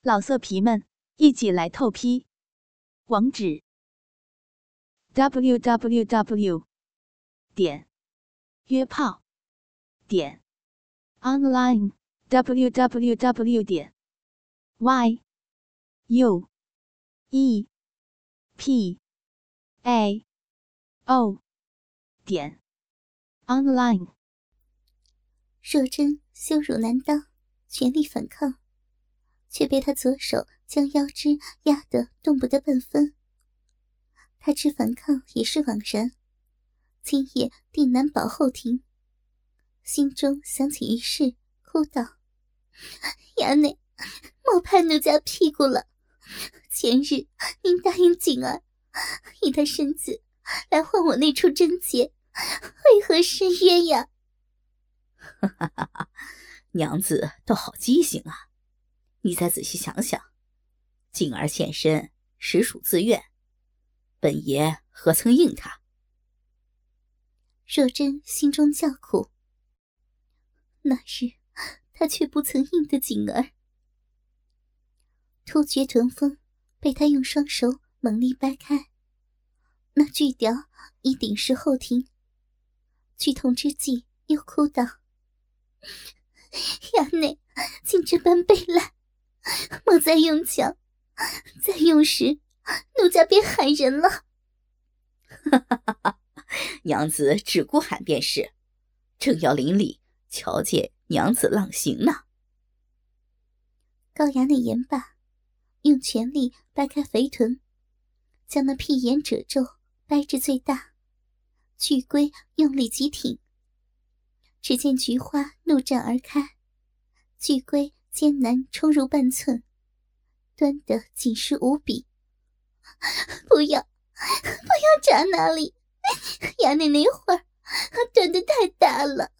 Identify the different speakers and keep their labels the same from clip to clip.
Speaker 1: 老色皮们，一起来透批！网址 www.约炮online www.yuepao.online。
Speaker 2: 若真羞辱难当，全力反抗，却被他左手将腰肢压得动不得半分。他知反抗也是枉然，今夜定难保后庭，心中想起一事，哭道：衙内，莫拍奴家屁股了，前日您答应锦儿以他身子来换我那处贞洁，为何失约呀？
Speaker 3: 娘子倒好记性啊，你再仔细想想，锦儿现身实属自愿，本爷何曾应他？
Speaker 2: 若真心中叫苦，那日他却不曾应得锦儿。突厥臀峰被他用双手猛力掰开，那巨屌已顶视后庭，剧痛之际又哭道：衙内竟这般卑烂，莫再用强，再用时奴家便喊人了。
Speaker 3: 娘子只顾喊便是，正要邻里瞧见娘子浪行呢。
Speaker 2: 高衙内言罢，用全力掰开肥臀，将那屁眼褶皱掰至最大，巨龟用力急挺，只见菊花怒绽而开，巨龟艰难冲入半寸，端得紧实无比。不要扎那里，衙内那会儿端得太大了。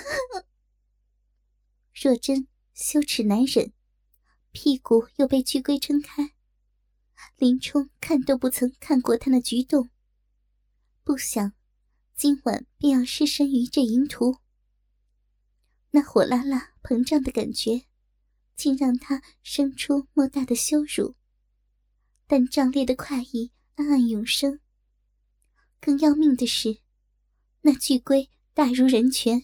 Speaker 2: 若真羞耻难忍，屁股又被巨龟撑开，林冲看都不曾看过他那举动，不想今晚便要失身于这淫徒。那火辣辣膨胀的感觉竟让他生出莫大的羞辱，但壮烈的快意暗暗涌生。更要命的是，那巨龟大如人拳，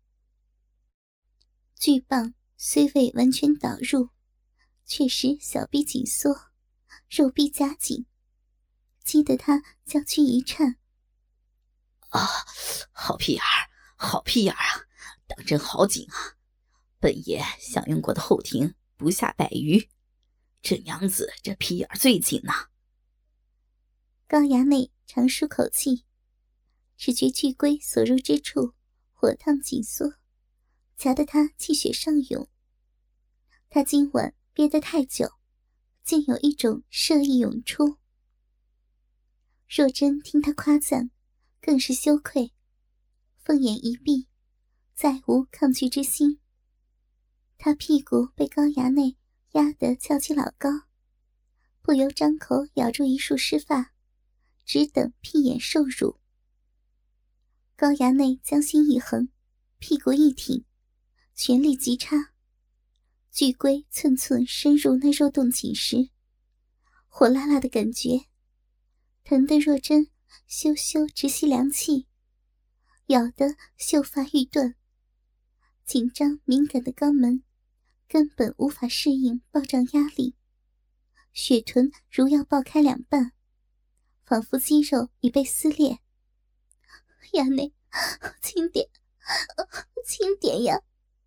Speaker 2: 巨棒虽未完全导入，却使小臂紧缩，肉臂夹紧，激得他娇躯一颤。
Speaker 3: 啊，好屁眼儿，好屁眼儿啊，当真好紧啊！本爷享用过的后庭不下100余，这娘子这屁眼儿最紧呐。
Speaker 2: 高衙内长舒口气，只觉巨龟所入之处火烫紧缩，夹得他气血上涌。他今晚憋得太久，竟有一种射意涌出。若真听他夸赞，更是羞愧，凤眼一闭，再无抗拒之心。他屁股被高衙内压得翘起老高，不由张口咬住一束湿发，只等屁眼受辱。高衙内将心一横，屁股一挺，全力急插，巨龟寸寸深入那肉洞紧实，火辣辣的感觉疼得若真羞羞直吸凉气，咬得秀发欲断。紧张敏感的肛门根本无法适应暴胀压力，血臀如要爆开两半，仿佛肌肉已被撕裂。衙内，轻点，轻点呀！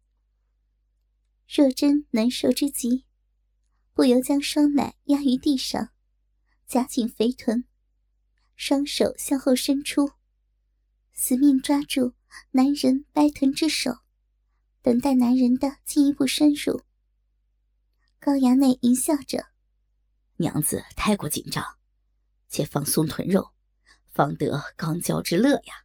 Speaker 2: 若真难受之极，不由将双奶压于地上，夹紧肥臀，双手向后伸出，死命抓住男人掰臀之手，等待男人的进一步深入。高衙内淫笑着：
Speaker 3: 娘子太过紧张，且放松臀肉，方得肛交之乐呀。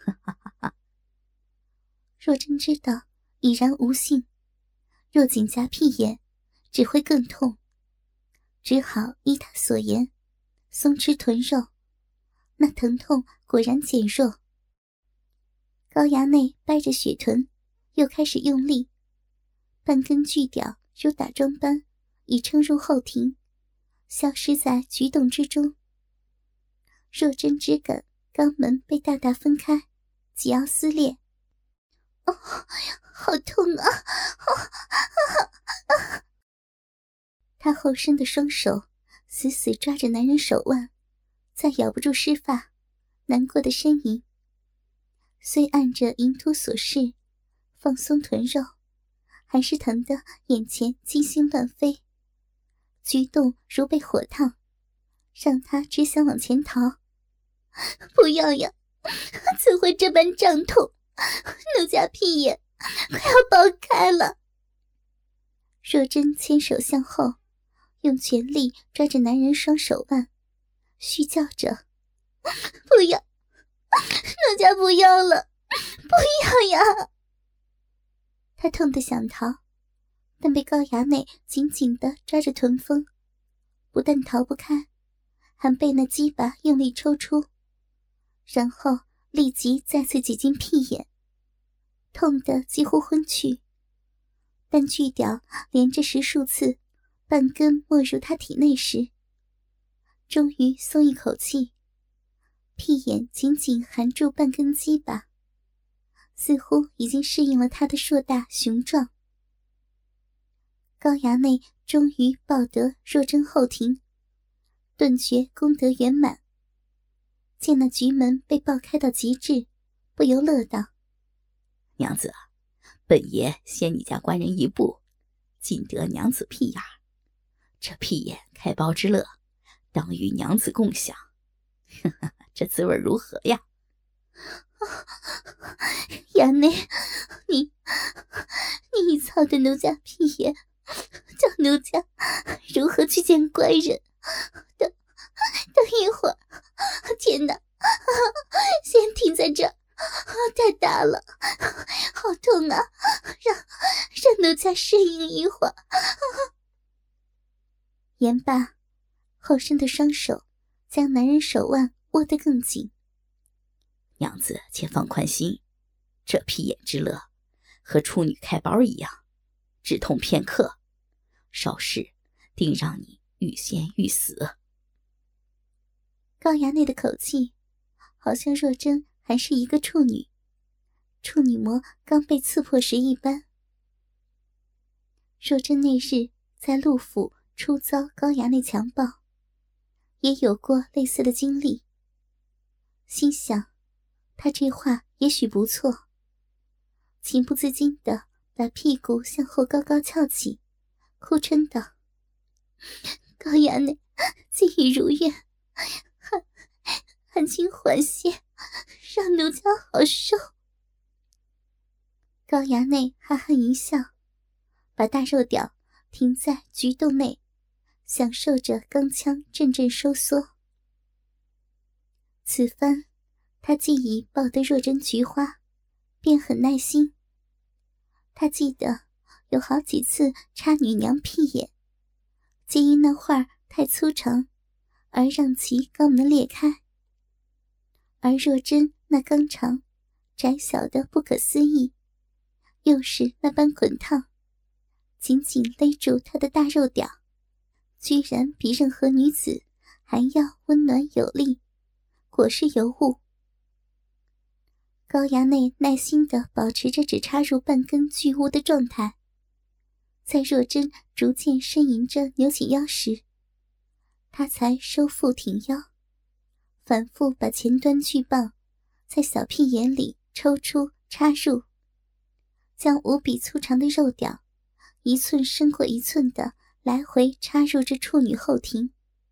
Speaker 2: 若真知道已然无性，若紧夹屁眼只会更痛，只好依他所言松弛臀肉，那疼痛果然减弱。高衙内掰着血臀又开始用力，半根巨屌如打桩般已撑入后庭，消失在菊洞之中。若真只感肛门被大大分开，即要撕裂。哦，好痛啊！她后伸的双手死死抓着男人手腕，再咬不住湿发，难过的呻吟。虽按着淫徒所示放松臀肉，还是疼得眼前金星乱飞，菊洞如被火烫，让她只想往前逃。不要呀，怎会这般胀痛？奴家屁眼快要爆开了。若真牵手向后，用全力抓着男人双手腕，虚叫着：不要，奴家不要了，不要呀！他痛得想逃，但被高衙内紧紧地抓着臀峰，不但逃不开，还被那鸡巴用力抽出，然后立即再次挤进屁眼，痛得几乎昏去。但巨屌连着10数次半根没入他体内时，终于松一口气，屁眼紧紧含住半根鸡巴，似乎已经适应了他的硕大雄壮。高衙内终于抱得若真后庭，顿觉功德圆满。见那菊门被爆开到极致，不由乐道：
Speaker 3: 娘子，本爷先你家官人一步，尽得娘子屁眼，这屁眼开包之乐，当与娘子共享。呵呵，这滋味如何呀？
Speaker 2: 衙内，你操的奴家屁眼，叫奴家如何去见官人？等一会儿，天哪，先停在这儿，太大了，好痛啊！让奴家适应一会儿。言罢，后伸的双手将男人手腕握得更紧。
Speaker 3: 娘子且放宽心，这屁眼之乐和处女开包一样，只痛片刻，稍事定让你欲仙欲死。
Speaker 2: 高衙内的口气好像若真还是一个处女，处女膜刚被刺破时一般。若真那日在陆府初遭高衙内强暴，也有过类似的经历，心想他这话也许不错，情不自禁地把屁股向后高高翘起，哭嗔道：高衙内既已如愿，还请缓些，让奴家好受。高衙内哈哈一笑，把大肉屌停在菊洞内，享受着钢枪阵阵收缩。此番他既已抱得若真菊花，便很耐心。他记得有好几次插女娘屁眼，皆因那画太粗长而让其肛门裂开，而若真那肛肠窄小的不可思议，又是那般滚烫，紧紧勒住他的大肉屌，居然比任何女子还要温暖有力，果是尤物。高衙内耐心地保持着只插入半根巨物的状态，在若真逐渐呻吟着扭起腰时，他才收腹挺腰，反复把前端巨棒在小屁眼里抽出插入，将无比粗长的肉屌一寸深过一寸地来回插入这处女后庭。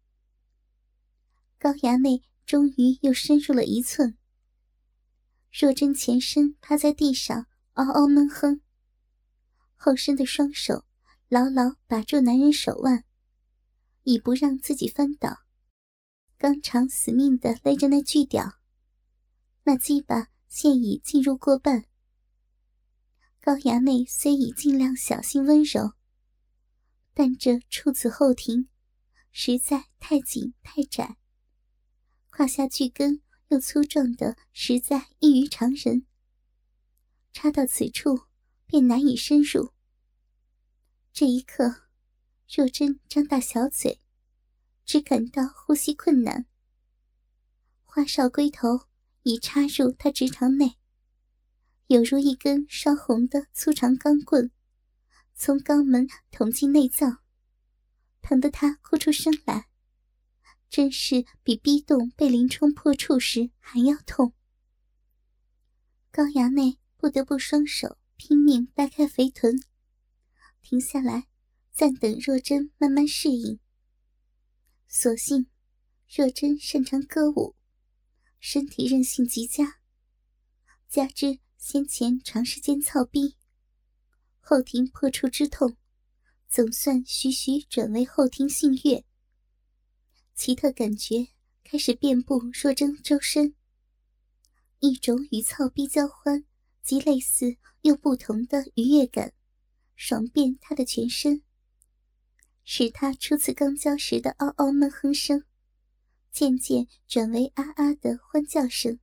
Speaker 2: 高衙内终于又深入了1寸。若真前身趴在地上嗷嗷闷哼，后伸的双手牢牢把住男人手腕，以不让自己翻倒，肛肠死命地勒着那巨屌，那鸡巴现已进入过半。高衙内虽已尽量小心温柔，但这处子后庭实在太紧太窄，胯下巨根又粗壮的实在异于常人，插到此处便难以深入。这一刻， 若真张大小嘴，只感到呼吸困难。花哨龟头已插入他直肠内，有如一根烧红的粗长钢棍，从肛门捅进内脏，疼得他哭出声来，真是比逼洞被林冲破处时还要痛。高衙内不得不双手拼命掰开肥臀，停下来暂等若真慢慢适应。所幸若真擅长歌舞，身体韧性极佳，加之先前长时间操逼，后庭破处之痛总算徐徐转为后庭性悦，奇特感觉开始遍布若真周身，一种与操逼交欢极类似又不同的愉悦感爽遍他的全身，使他初次刚交时的嗷嗷闷哼声渐渐转为啊啊的欢叫声。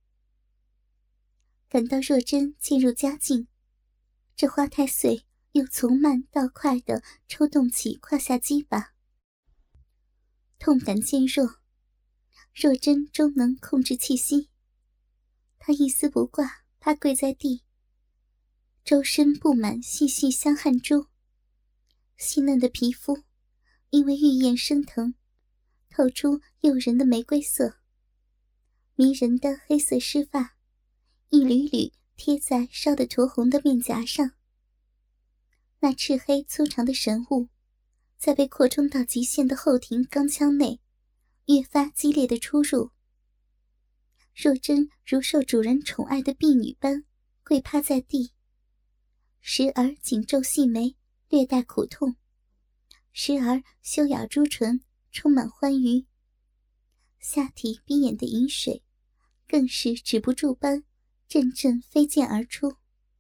Speaker 2: 感到若真渐入佳境，这花太岁又从慢到快地抽动起胯下肌巴。痛感渐弱，若真终能控制气息，她一丝不挂趴跪在地，周身布满细细香汗珠，细嫩的皮肤因为欲焰升腾透出诱人的玫瑰色，迷人的黑色湿发一缕缕贴在烧得酡红的面颊上。那赤黑粗长的神物在被扩充到极限的后庭钢腔内越发激烈的出入。若真如受主人宠爱的婢女般跪趴在地，时而紧皱细眉略带苦痛，时而修咬朱唇充满欢愉，下体逼眼的饮水更是止不住般阵阵飞溅而出。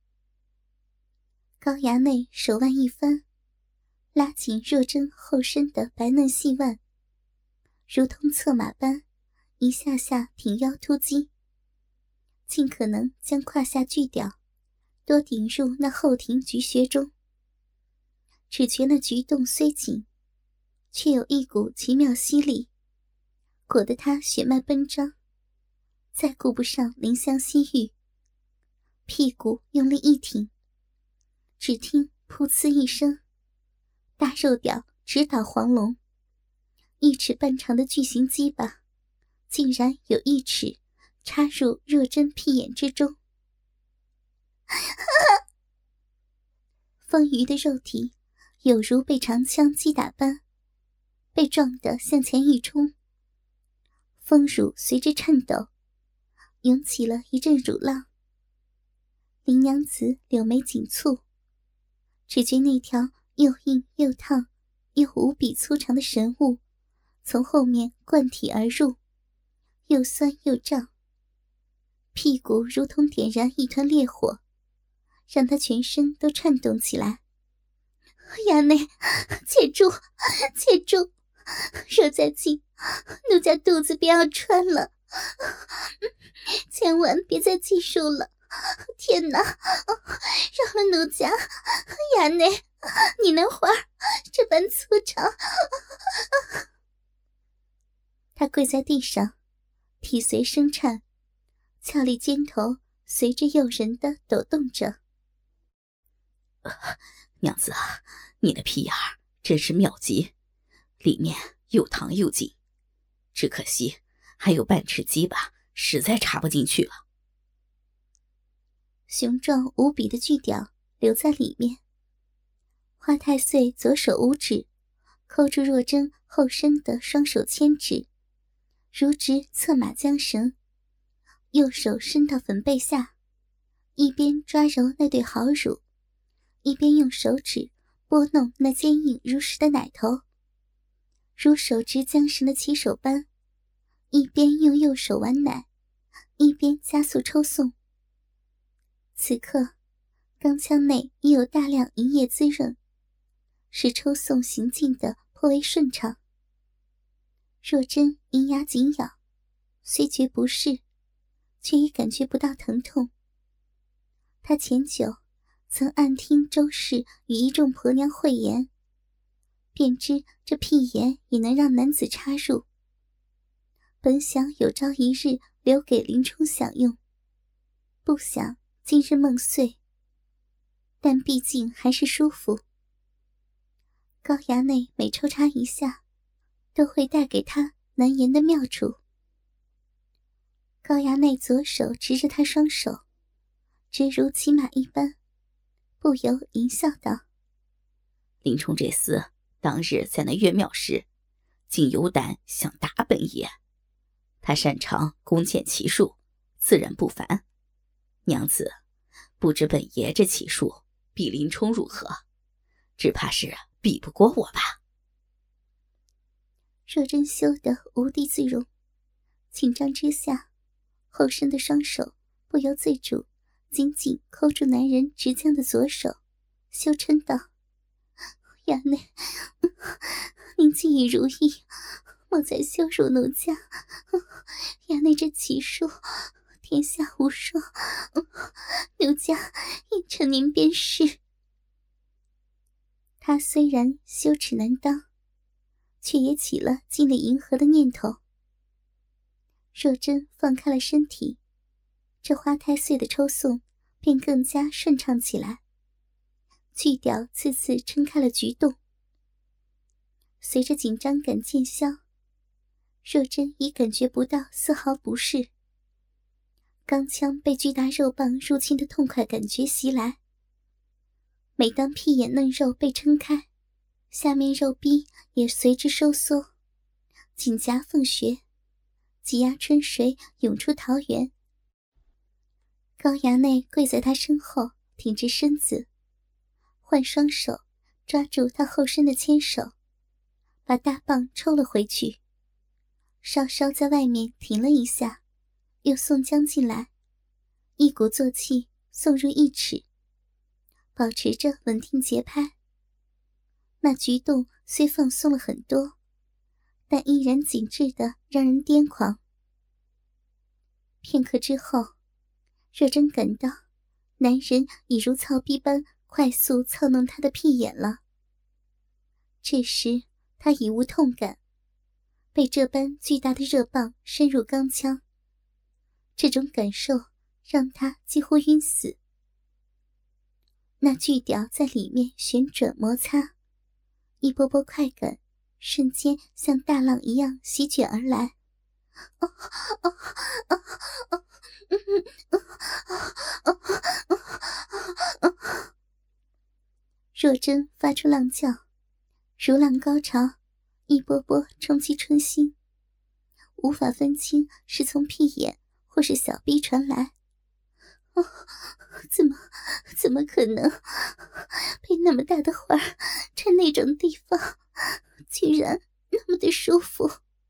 Speaker 2: 高衙内手腕一翻，拉紧若真后身的白嫩细腕，如同策马般一下下挺腰突击，尽可能将胯下锯掉，多顶入那后庭菊穴中。只觉那菊洞虽紧，却有一股奇妙吸力，裹得他血脉奔张，再顾不上怜香惜玉，屁股用力一挺，只听噗呲一声，大肉屌直捣黄龙，1尺半长的巨型鸡巴竟然有1尺插入若真屁眼之中。丰腴的肉体有如被长枪击打般被撞得向前一冲，丰乳随之颤抖，涌起了一阵乳浪。林娘子柳眉紧蹙，只觉那条又硬又烫又无比粗长的神物从后面灌体而入，又酸又胀，屁股如同点燃一团烈火，让她全身都颤动起来。衙内，且住，且住，若在近，奴家肚子便要穿了，千万别再计数了。天哪，饶了奴家！衙内，你那花这般粗长。他跪在地上，体随声颤，俏丽肩头随着诱人的抖动着。
Speaker 3: 娘子啊，你的屁眼儿真是妙极，里面又烫又紧，只可惜还有半尺鸡巴实在插不进去了。
Speaker 2: 雄壮无比的巨屌留在里面，花太岁左手五指扣住若真后身的双手牵指，如执策马缰绳，右手伸到粉背下，一边抓揉那对好乳，一边用手指拨弄那坚硬如石的奶头，如手执缰绳的骑手般，一边用右手玩奶，一边加速抽送。此刻肛腔内已有大量营液滋润，使抽送行进的颇为顺畅。若真银牙紧咬，虽觉不适，却已感觉不到疼痛。他前久曾暗听周氏与一众婆娘讳言， 便知这屁眼也能让男子插入。本想有朝一日留给林冲享用，不想今日梦碎，但毕竟还是舒服。高衙内每抽插一下，都会带给他难言的妙处。高衙内左手执着他双手，直如骑马一般，不由淫笑道：
Speaker 3: 林冲这厮当日在那岳庙时，竟有胆想打本爷。他擅长弓箭骑术，自然不凡。娘子，不知本爷这骑术比林冲如何？只怕是比不过我吧。
Speaker 2: 若真羞得无地自容，紧张之下，后伸的双手不由自主紧紧扣住男人直将的左手，羞嗔道：衙内，您既已如意，莫再羞辱奴家。衙内这骑术天下无双，奴家应承您便是。他虽然羞耻难当，却也起了尽力迎合的念头。若真放开了身体，这花胎岁的抽送便更加顺畅起来，巨屌次次撑开了局洞。随着紧张感渐消，若真已感觉不到丝毫不适。钢枪被巨大肉棒入侵的痛快感觉袭来，每当屁眼嫩肉被撑开，下面肉壁也随之收缩，紧夹凤穴，挤压春水涌出桃源。高衙内跪在他身后，挺直身子，换双手抓住他后身的牵手，把大棒抽了回去，稍稍在外面停了一下，又送将进来，一鼓作气送入1尺，保持着稳定节拍。那局洞虽放松了很多，但依然紧致的让人癫狂。片刻之后，若真感到男人已如操逼般快速操弄她的屁眼了。这时她已无痛感，被这般巨大的热棒深入钢腔，这种感受让她几乎晕死。那巨屌在里面旋转摩擦，一波波快感瞬间像大浪一样席卷而来。若真发出浪叫，如浪高潮，一波波冲击春心，无法分清是从屁眼或是小逼传来。怎么可能？被那么大的花在那种地方，居然那么的舒服。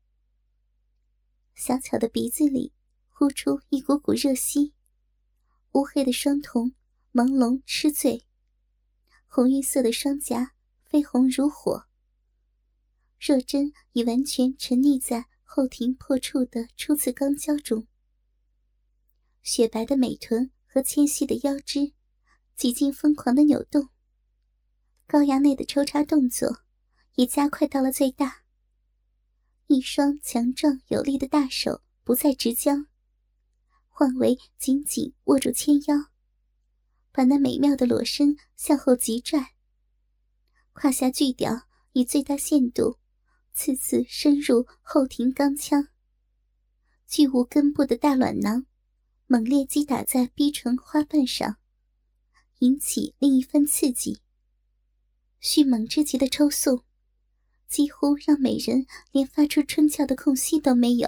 Speaker 2: 小巧的鼻子里呼出一股股热息，乌黑的双瞳朦胧痴醉，红晕色的双颊绯红如火。若真已完全沉溺在后庭破处的初次肛交中，雪白的美臀和纤细的腰肢几近疯狂的扭动，高衙内的抽插动作也加快到了最大。一双强壮有力的大手不再直僵，换为紧紧握住纤腰，把那美妙的裸身向后急拽。胯下巨屌以最大限度次次深入后庭肛腔，巨无根部的大卵囊猛烈击打在逼唇花瓣上，引起另一番刺激。迅猛之极的抽送几乎让美人连发出春叫的空隙都没有。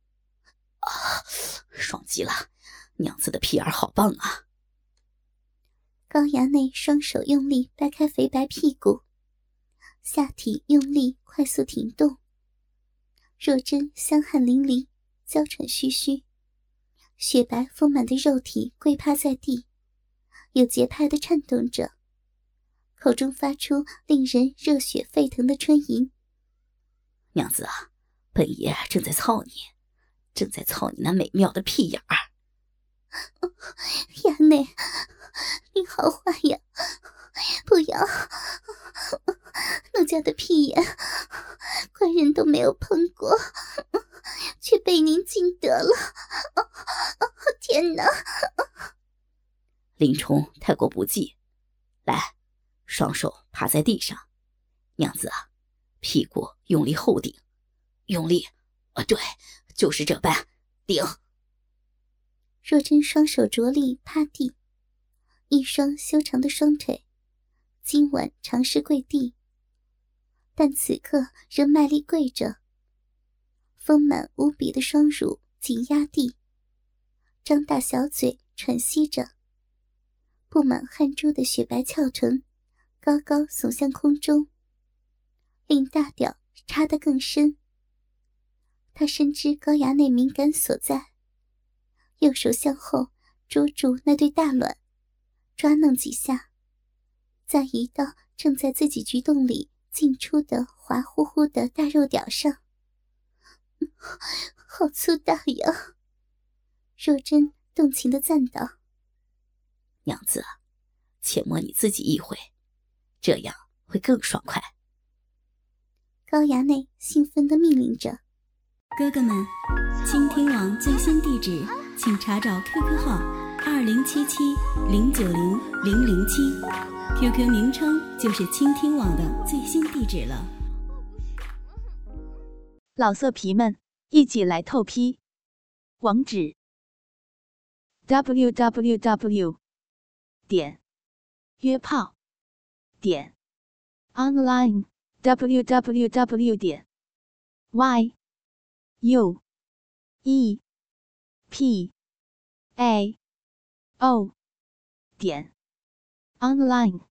Speaker 3: 爽极了，娘子的屁眼好棒啊！
Speaker 2: 高衙内双手用力掰开肥白屁股，下体用力快速挺动。若真香汗淋漓，娇喘吁吁，雪白丰满的肉体跪趴在地，有节拍地颤动着，口中发出令人热血沸腾的春吟。
Speaker 3: 娘子啊，本爷正在操你那美妙的屁眼儿。
Speaker 2: 衙内， 你好坏呀！不要！奴家的屁眼，官人都没有碰过，却被您尽得了。天哪！
Speaker 3: 林冲太过不济，来，双手趴在地上，娘子啊，屁股用力后顶，用力，对，就是这般，顶。
Speaker 2: 若真双手着力趴地，一双修长的双腿今晚尝试跪地，但此刻仍卖力跪着，丰满无比的双乳紧压地，张大小嘴喘息着，布满汗珠的雪白翘臀高高耸向空中，令大屌插得更深。他深知高衙内敏感所在，右手向后捉住那对大卵，抓弄几下，再移到正在自己菊洞里进出的滑乎乎的大肉屌上。好粗大呀！若真动情地赞道：
Speaker 3: 娘子，且摸你自己一回，这样会更爽快。
Speaker 2: 高衙内兴奋地命令着。
Speaker 4: 哥哥们，倾听网最新地址请查找 QQ 号2077090007 ，QQ 名称就是倾听网的最新地址了。
Speaker 1: 老色皮们，一起来透批！网址 www.约炮.online www.yuepao.online